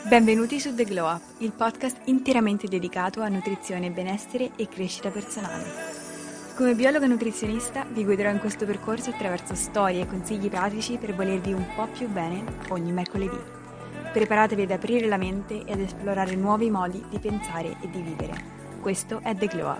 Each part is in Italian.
Benvenuti su The Glow Up, il podcast interamente dedicato a nutrizione, benessere e crescita personale. Come biologa nutrizionista vi guiderò in questo percorso attraverso storie e consigli pratici per volervi un po' più bene ogni mercoledì. Preparatevi ad aprire la mente e ad esplorare nuovi modi di pensare e di vivere. Questo è The Glow Up.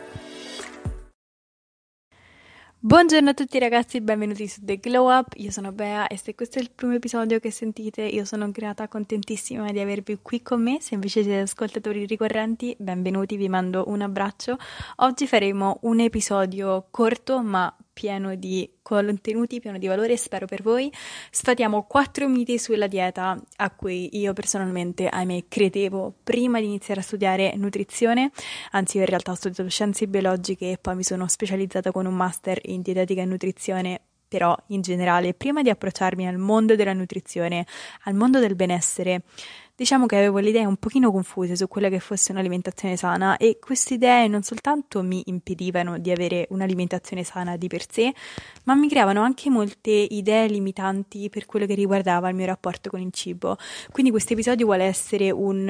Buongiorno a tutti ragazzi, benvenuti su The Glow Up, io sono Bea e se questo è il primo episodio che sentite io sono grata, contentissima di avervi qui con me. Se invece siete ascoltatori ricorrenti, benvenuti, vi mando un abbraccio. Oggi faremo un episodio corto ma pieno di contenuti, pieno di valore, spero per voi. Sfatiamo 4 miti sulla dieta a cui io personalmente, ahimè, credevo prima di iniziare a studiare nutrizione. Anzi, io in realtà ho studiato scienze biologiche e poi mi sono specializzata con un master in dietetica e nutrizione, però in generale, prima di approcciarmi al mondo della nutrizione, al mondo del benessere, diciamo che avevo le idee un pochino confuse su quella che fosse un'alimentazione sana e queste idee non soltanto mi impedivano di avere un'alimentazione sana di per sé, ma mi creavano anche molte idee limitanti per quello che riguardava il mio rapporto con il cibo. Quindi questo episodio vuole essere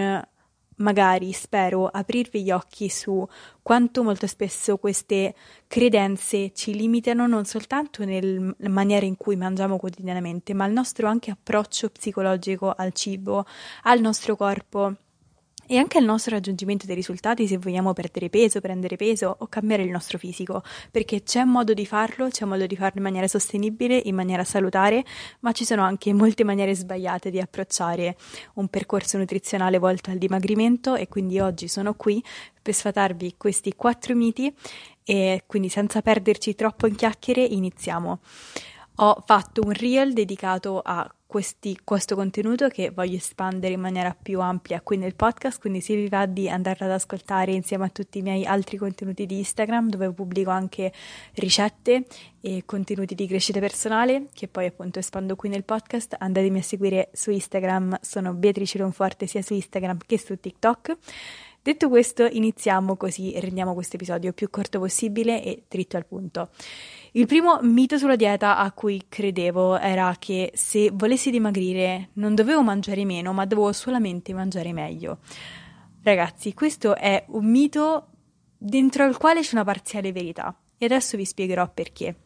magari, spero, aprirvi gli occhi su quanto molto spesso queste credenze ci limitano non soltanto nella maniera in cui mangiamo quotidianamente, ma il nostro anche approccio psicologico al cibo, al nostro corpo e anche al nostro raggiungimento dei risultati se vogliamo perdere peso, prendere peso o cambiare il nostro fisico, perché c'è modo di farlo, c'è modo di farlo in maniera sostenibile, in maniera salutare, ma ci sono anche molte maniere sbagliate di approcciare un percorso nutrizionale volto al dimagrimento e quindi oggi sono qui per sfatarvi questi 4 miti e quindi senza perderci troppo in chiacchiere iniziamo. Ho fatto un reel dedicato a questo contenuto che voglio espandere in maniera più ampia qui nel podcast, quindi se vi va di andarlo ad ascoltare insieme a tutti i miei altri contenuti di Instagram, dove pubblico anche ricette e contenuti di crescita personale, che poi appunto espando qui nel podcast, andatemi a seguire su Instagram, sono Beatrice Lonforte sia su Instagram che su TikTok. Detto questo, iniziamo così rendiamo questo episodio più corto possibile e dritto al punto. Il primo mito sulla dieta a cui credevo era che se volessi dimagrire non dovevo mangiare meno, ma dovevo solamente mangiare meglio. Ragazzi, questo è un mito dentro al quale c'è una parziale verità e adesso vi spiegherò perché.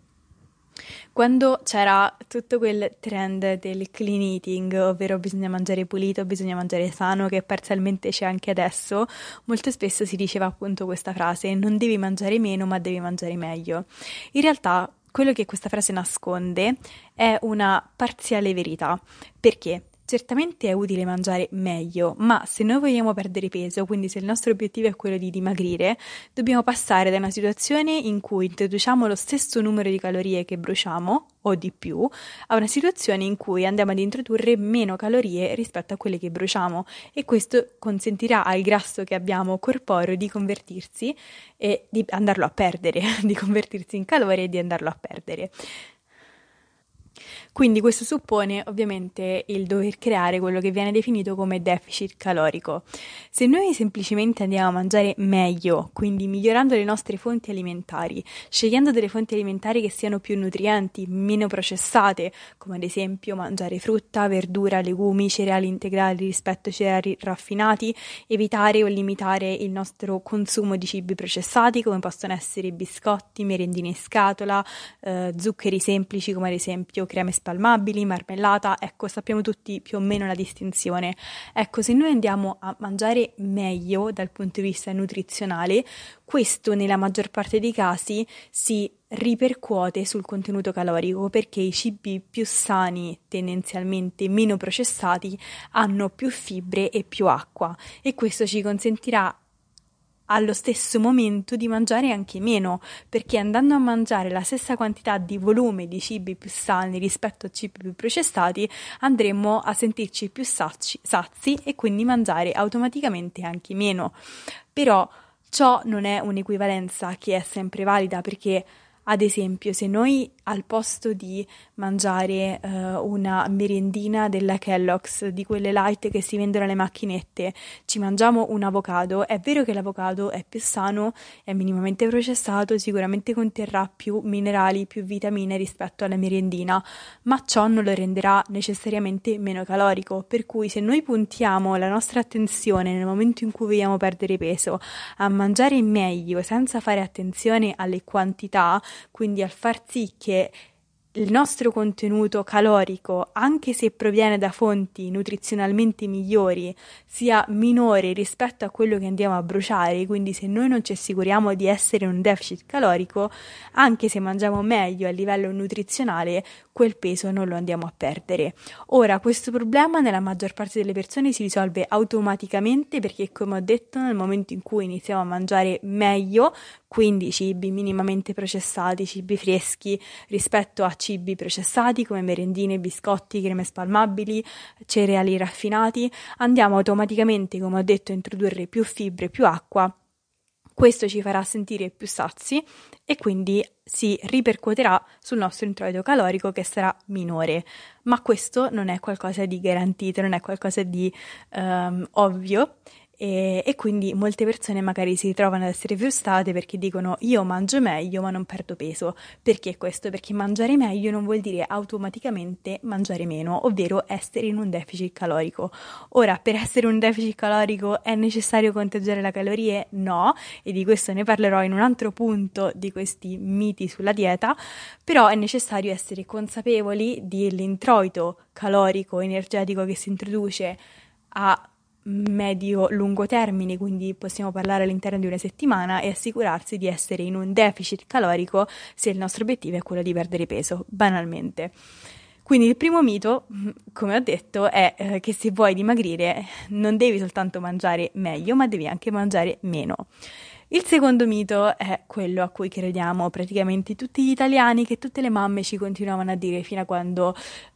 Quando c'era tutto quel trend del clean eating, ovvero bisogna mangiare pulito, bisogna mangiare sano, che parzialmente c'è anche adesso, molto spesso si diceva appunto questa frase: non devi mangiare meno, ma devi mangiare meglio. In realtà, quello che questa frase nasconde è una parziale verità. Perché? Certamente è utile mangiare meglio, ma se noi vogliamo perdere peso, quindi se il nostro obiettivo è quello di dimagrire, dobbiamo passare da una situazione in cui introduciamo lo stesso numero di calorie che bruciamo, o di più, a una situazione in cui andiamo ad introdurre meno calorie rispetto a quelle che bruciamo e questo consentirà al grasso che abbiamo corporeo di convertirsi e di andarlo a perdere, di convertirsi in calore e di andarlo a perdere. Quindi questo suppone ovviamente il dover creare quello che viene definito come deficit calorico. Se noi semplicemente andiamo a mangiare meglio, quindi migliorando le nostre fonti alimentari, scegliendo delle fonti alimentari che siano più nutrienti, meno processate, come ad esempio mangiare frutta, verdura, legumi, cereali integrali rispetto ai cereali raffinati, evitare o limitare il nostro consumo di cibi processati come possono essere biscotti, merendine in scatola, zuccheri semplici come ad esempio creme spalmabili, marmellata, ecco, sappiamo tutti più o meno la distinzione. Ecco, se noi andiamo a mangiare meglio dal punto di vista nutrizionale, questo nella maggior parte dei casi si ripercuote sul contenuto calorico perché i cibi più sani, tendenzialmente meno processati, hanno più fibre e più acqua e questo ci consentirà allo stesso momento di mangiare anche meno, perché andando a mangiare la stessa quantità di volume di cibi più sani rispetto a cibi più processati, andremo a sentirci più sazi e quindi mangiare automaticamente anche meno. Però ciò non è un'equivalenza che è sempre valida perché ad esempio, se noi al posto di mangiare una merendina della Kellogg's, di quelle light che si vendono alle macchinette, ci mangiamo un avocado, è vero che l'avocado è più sano, è minimamente processato, sicuramente conterrà più minerali, più vitamine rispetto alla merendina, ma ciò non lo renderà necessariamente meno calorico, per cui se noi puntiamo la nostra attenzione nel momento in cui vogliamo perdere peso a mangiare meglio senza fare attenzione alle quantità, quindi al far sì che il nostro contenuto calorico, anche se proviene da fonti nutrizionalmente migliori, sia minore rispetto a quello che andiamo a bruciare, quindi se noi non ci assicuriamo di essere in un deficit calorico, anche se mangiamo meglio a livello nutrizionale, quel peso non lo andiamo a perdere. Ora, questo problema nella maggior parte delle persone si risolve automaticamente perché, come ho detto, nel momento in cui iniziamo a mangiare meglio, quindi cibi minimamente processati, cibi freschi rispetto a cibi processati come merendine, biscotti, creme spalmabili, cereali raffinati, andiamo automaticamente, come ho detto, a introdurre più fibre, più acqua. Questo ci farà sentire più sazi e quindi si ripercuoterà sul nostro introito calorico che sarà minore. Ma questo non è qualcosa di garantito, non è qualcosa di ovvio. E quindi molte persone magari si ritrovano ad essere frustrate perché dicono io mangio meglio ma non perdo peso. Perché questo? Perché mangiare meglio non vuol dire automaticamente mangiare meno, ovvero essere in un deficit calorico. Ora, per essere in un deficit calorico è necessario conteggiare le calorie? No, e di questo ne parlerò in un altro punto di questi miti sulla dieta, però è necessario essere consapevoli dell'introito calorico energetico che si introduce a medio-lungo termine, quindi possiamo parlare all'interno di una settimana e assicurarsi di essere in un deficit calorico se il nostro obiettivo è quello di perdere peso, banalmente. Quindi il primo mito, come ho detto, è che se vuoi dimagrire non devi soltanto mangiare meglio, ma devi anche mangiare meno. Il secondo mito è quello a cui crediamo praticamente tutti gli italiani, che tutte le mamme ci continuavano a dire fino a quando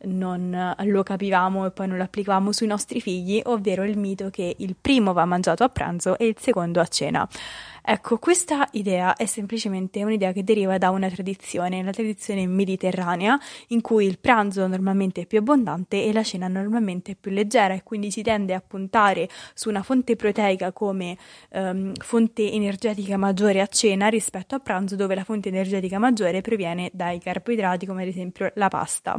non lo capivamo e poi non lo applicavamo sui nostri figli, ovvero il mito che il primo va mangiato a pranzo e il secondo a cena. Ecco, questa idea è semplicemente un'idea che deriva da una tradizione, la tradizione mediterranea, in cui il pranzo normalmente è più abbondante e la cena normalmente è più leggera e quindi si tende a puntare su una fonte proteica come fonte energetica maggiore a cena rispetto a pranzo, dove la fonte energetica maggiore proviene dai carboidrati come ad esempio la pasta.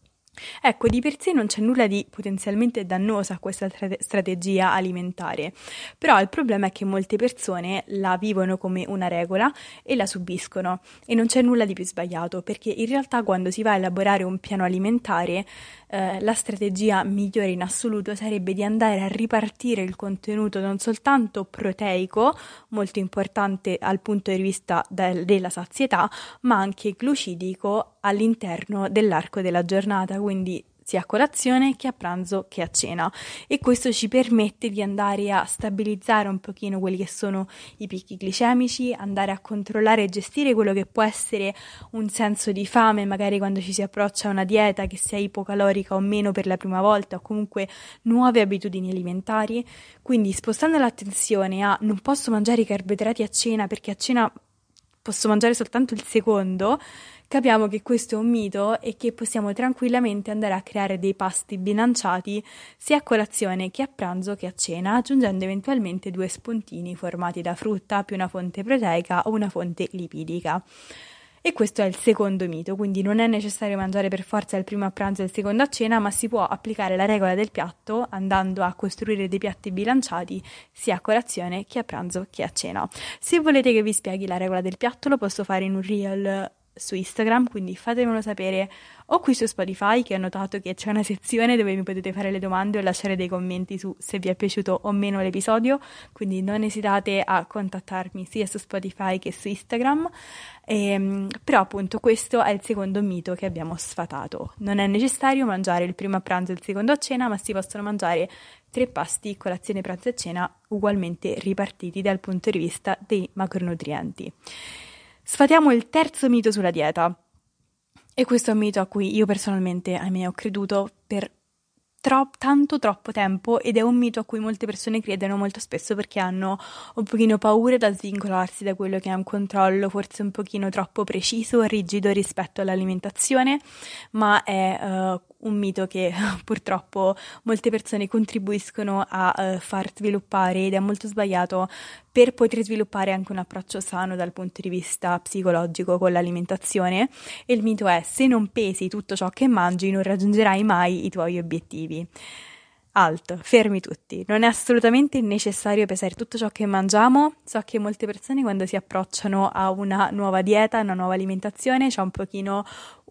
Ecco, di per sé non c'è nulla di potenzialmente dannoso a questa strategia alimentare, però il problema è che molte persone la vivono come una regola e la subiscono e non c'è nulla di più sbagliato, perché in realtà quando si va a elaborare un piano alimentare, la strategia migliore in assoluto sarebbe di andare a ripartire il contenuto non soltanto proteico, molto importante dal punto di vista della sazietà, ma anche glucidico all'interno dell'arco della giornata, quindi sia a colazione che a pranzo che a cena, e questo ci permette di andare a stabilizzare un pochino quelli che sono i picchi glicemici, andare a controllare e gestire quello che può essere un senso di fame magari quando ci si approccia a una dieta, che sia ipocalorica o meno per la prima volta, o comunque nuove abitudini alimentari. Quindi spostando l'attenzione a non posso mangiare i carboidrati a cena perché a cena posso mangiare soltanto il secondo, capiamo che questo è un mito e che possiamo tranquillamente andare a creare dei pasti bilanciati sia a colazione che a pranzo che a cena, aggiungendo eventualmente 2 spuntini formati da frutta più una fonte proteica o una fonte lipidica. E questo è il secondo mito, quindi non è necessario mangiare per forza il primo a pranzo e il secondo a cena, ma si può applicare la regola del piatto andando a costruire dei piatti bilanciati sia a colazione che a pranzo che a cena. Se volete che vi spieghi la regola del piatto lo posso fare in un reel su Instagram, quindi fatemelo sapere o qui su Spotify, che ho notato che c'è una sezione dove mi potete fare le domande o lasciare dei commenti su se vi è piaciuto o meno l'episodio, quindi non esitate a contattarmi sia su Spotify che su Instagram. Però appunto questo è il secondo mito che abbiamo sfatato. Non è necessario mangiare il primo a pranzo e il secondo a cena, ma si possono mangiare 3 pasti, colazione, pranzo e cena, ugualmente ripartiti dal punto di vista dei macronutrienti. Sfatiamo il terzo mito sulla dieta, e questo è un mito a cui io personalmente, ahimè, ho creduto per tanto troppo tempo, ed è un mito a cui molte persone credono molto spesso perché hanno un pochino paura da svincolarsi da quello che è un controllo forse un pochino troppo preciso e rigido rispetto all'alimentazione, ma è un mito che purtroppo molte persone contribuiscono a far sviluppare, ed è molto sbagliato per poter sviluppare anche un approccio sano dal punto di vista psicologico con l'alimentazione. E il mito è: se non pesi tutto ciò che mangi non raggiungerai mai i tuoi obiettivi. Alto, fermi tutti. Non è assolutamente necessario pesare tutto ciò che mangiamo. So che molte persone quando si approcciano a una nuova dieta, una nuova alimentazione, c'è un pochino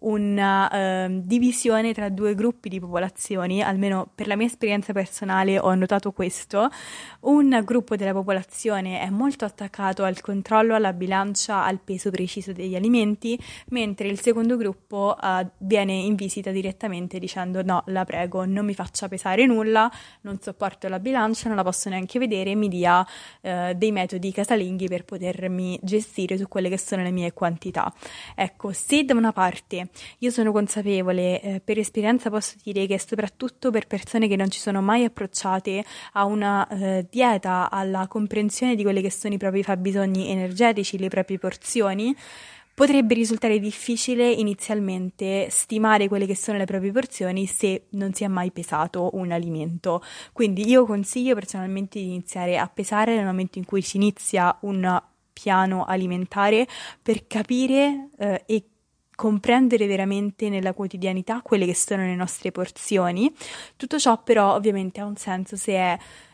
una divisione tra due gruppi di popolazioni, almeno per la mia esperienza personale ho notato questo. Un gruppo della popolazione è molto attaccato al controllo, alla bilancia, al peso preciso degli alimenti, mentre il secondo gruppo viene in visita direttamente dicendo: no, la prego, non mi faccia pesare nulla, non sopporto la bilancia, non la posso neanche vedere, mi dia dei metodi casalinghi per potermi gestire su quelle che sono le mie quantità. Ecco, se da una parte io sono consapevole, per esperienza posso dire che soprattutto per persone che non ci sono mai approcciate a una dieta, alla comprensione di quelli che sono i propri fabbisogni energetici, le proprie porzioni, potrebbe risultare difficile inizialmente stimare quelle che sono le proprie porzioni se non si è mai pesato un alimento. Quindi io consiglio personalmente di iniziare a pesare nel momento in cui si inizia un piano alimentare, per capire e comprendere veramente nella quotidianità quelle che sono le nostre porzioni. Tutto ciò però ovviamente ha un senso se è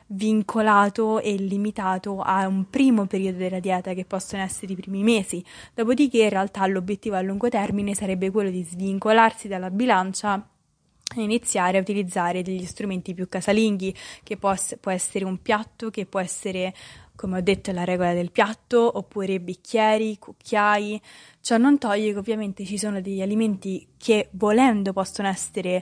vincolato e limitato a un primo periodo della dieta, che possono essere i primi mesi. Dopodiché in realtà l'obiettivo a lungo termine sarebbe quello di svincolarsi dalla bilancia e iniziare a utilizzare degli strumenti più casalinghi, che può essere un piatto, che può essere, come ho detto, la regola del piatto, oppure bicchieri, cucchiai. Ciò non toglie che ovviamente ci sono degli alimenti che, volendo, possono essere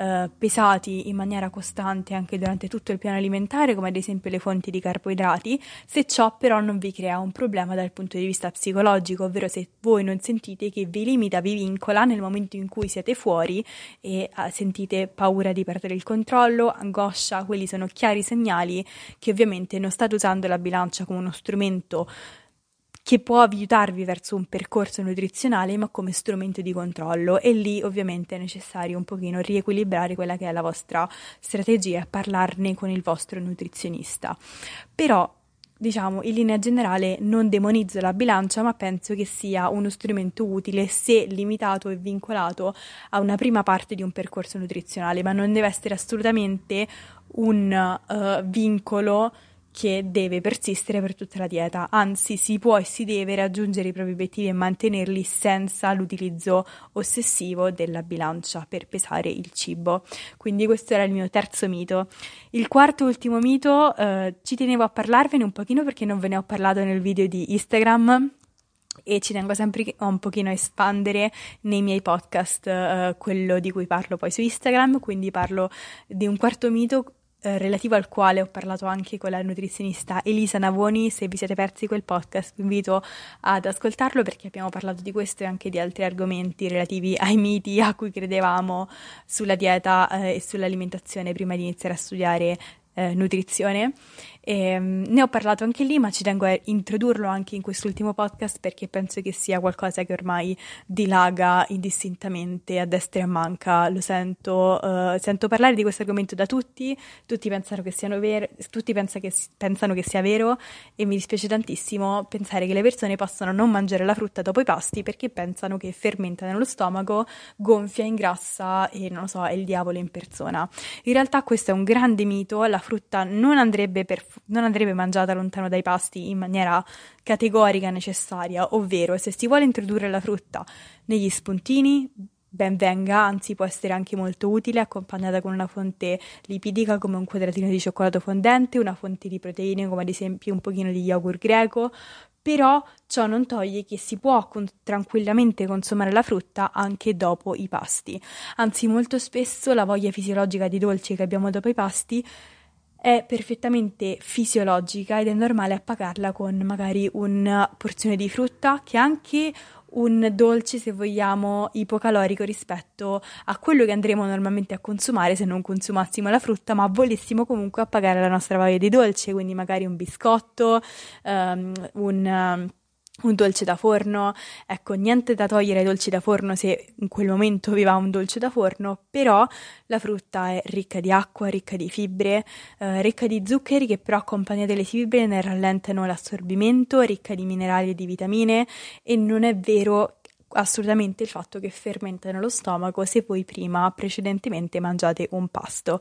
pesati in maniera costante anche durante tutto il piano alimentare, come ad esempio le fonti di carboidrati, se ciò però non vi crea un problema dal punto di vista psicologico, ovvero se voi non sentite che vi limita, vi vincola nel momento in cui siete fuori e sentite paura di perdere il controllo, angoscia. Quelli sono chiari segnali che ovviamente non state usando la bilancia come uno strumento che può aiutarvi verso un percorso nutrizionale, ma come strumento di controllo, e lì ovviamente è necessario un pochino riequilibrare quella che è la vostra strategia e parlarne con il vostro nutrizionista. Però, diciamo, in linea generale non demonizzo la bilancia, ma penso che sia uno strumento utile se limitato e vincolato a una prima parte di un percorso nutrizionale, ma non deve essere assolutamente un vincolo che deve persistere per tutta la dieta. Anzi, si può e si deve raggiungere i propri obiettivi e mantenerli senza l'utilizzo ossessivo della bilancia per pesare il cibo. Quindi questo era il mio terzo mito. Il quarto e ultimo mito, ci tenevo a parlarvene un pochino perché non ve ne ho parlato nel video di Instagram, e ci tengo sempre un pochino a espandere nei miei podcast quello di cui parlo poi su Instagram. Quindi parlo di un quarto mito relativo al quale ho parlato anche con la nutrizionista Elisa Navoni. Se vi siete persi quel podcast vi invito ad ascoltarlo, perché abbiamo parlato di questo e anche di altri argomenti relativi ai miti a cui credevamo sulla dieta e sull'alimentazione prima di iniziare a studiare nutrizione. Ne ho parlato anche lì, ma ci tengo a introdurlo anche in quest'ultimo podcast perché penso che sia qualcosa che ormai dilaga indistintamente a destra e a manca. Lo sento parlare di questo argomento da tutti pensano che siano vero, tutti pensano che sia vero, e mi dispiace tantissimo pensare che le persone possano non mangiare la frutta dopo i pasti perché pensano che fermenta nello stomaco, gonfia, ingrassa e non lo so, è il diavolo in persona. In realtà questo è un grande mito. La frutta non andrebbe mangiata lontano dai pasti in maniera categorica necessaria, ovvero se si vuole introdurre la frutta negli spuntini, ben venga, anzi può essere anche molto utile accompagnata con una fonte lipidica come un quadratino di cioccolato fondente, una fonte di proteine come ad esempio un pochino di yogurt greco. Però ciò non toglie che si può tranquillamente consumare la frutta anche dopo i pasti. Anzi, molto spesso la voglia fisiologica di dolci che abbiamo dopo i pasti è perfettamente fisiologica ed è normale appagarla con magari una porzione di frutta, che è anche un dolce, se vogliamo, ipocalorico rispetto a quello che andremo normalmente a consumare se non consumassimo la frutta, ma volessimo comunque appagare la nostra voglia di dolce, quindi magari un biscotto, un dolce da forno. Ecco, niente da togliere ai dolci da forno se in quel momento vi va un dolce da forno, però la frutta è ricca di acqua, ricca di fibre, ricca di zuccheri che però accompagnate alle fibre ne rallentano l'assorbimento, ricca di minerali e di vitamine, e non è vero assolutamente il fatto che fermentano lo stomaco se voi precedentemente mangiate un pasto.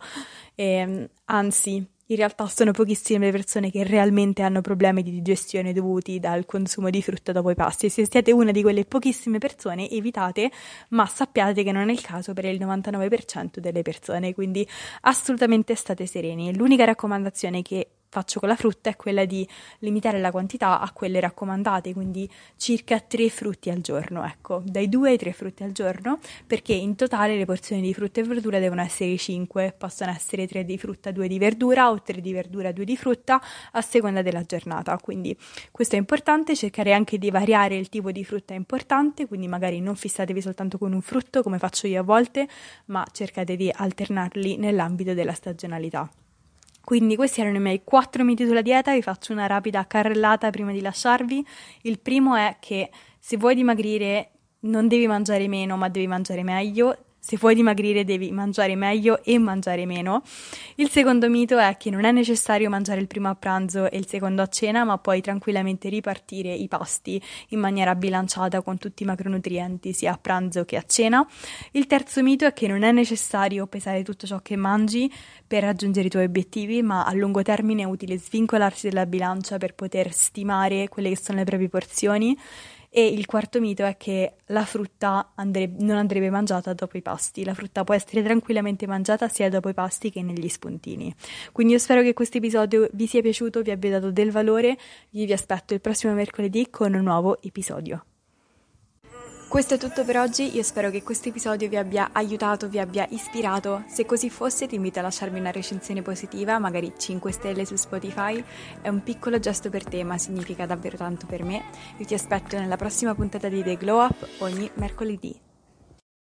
Anzi, in realtà sono pochissime le persone che realmente hanno problemi di digestione dovuti dal consumo di frutta dopo i pasti. Se siete una di quelle pochissime persone, evitate, ma sappiate che non è il caso per il 99% delle persone, quindi assolutamente state sereni. L'unica raccomandazione che faccio con la frutta è quella di limitare la quantità a quelle raccomandate, quindi circa 3 frutti al giorno, ecco, dai 2 ai 3 frutti al giorno, perché in totale le porzioni di frutta e verdura devono essere 5, possono essere 3 di frutta, 2 di verdura, o 3 di verdura, 2 di frutta, a seconda della giornata. Quindi questo è importante, cercare anche di variare il tipo di frutta è importante, quindi magari non fissatevi soltanto con un frutto come faccio io a volte, ma cercate di alternarli nell'ambito della stagionalità. Quindi questi erano i miei 4 miti sulla dieta, vi faccio una rapida carrellata prima di lasciarvi. Il primo è che se vuoi dimagrire non devi mangiare meno, ma devi mangiare meglio. Se vuoi dimagrire devi mangiare meglio e mangiare meno. Il secondo mito è che non è necessario mangiare il primo a pranzo e il secondo a cena, ma puoi tranquillamente ripartire i pasti in maniera bilanciata con tutti i macronutrienti sia a pranzo che a cena. Il terzo mito è che non è necessario pesare tutto ciò che mangi per raggiungere i tuoi obiettivi, ma a lungo termine è utile svincolarsi dalla bilancia per poter stimare quelle che sono le proprie porzioni. E il quarto mito è che la frutta non andrebbe mangiata dopo i pasti. La frutta può essere tranquillamente mangiata sia dopo i pasti che negli spuntini. Quindi io spero che questo episodio vi sia piaciuto, vi abbia dato del valore. Io vi aspetto il prossimo mercoledì con un nuovo episodio. Questo è tutto per oggi, io spero che questo episodio vi abbia aiutato, vi abbia ispirato. Se così fosse ti invito a lasciarmi una recensione positiva, magari 5 stelle su Spotify. È un piccolo gesto per te, ma significa davvero tanto per me. Io ti aspetto nella prossima puntata di The Glow Up ogni mercoledì.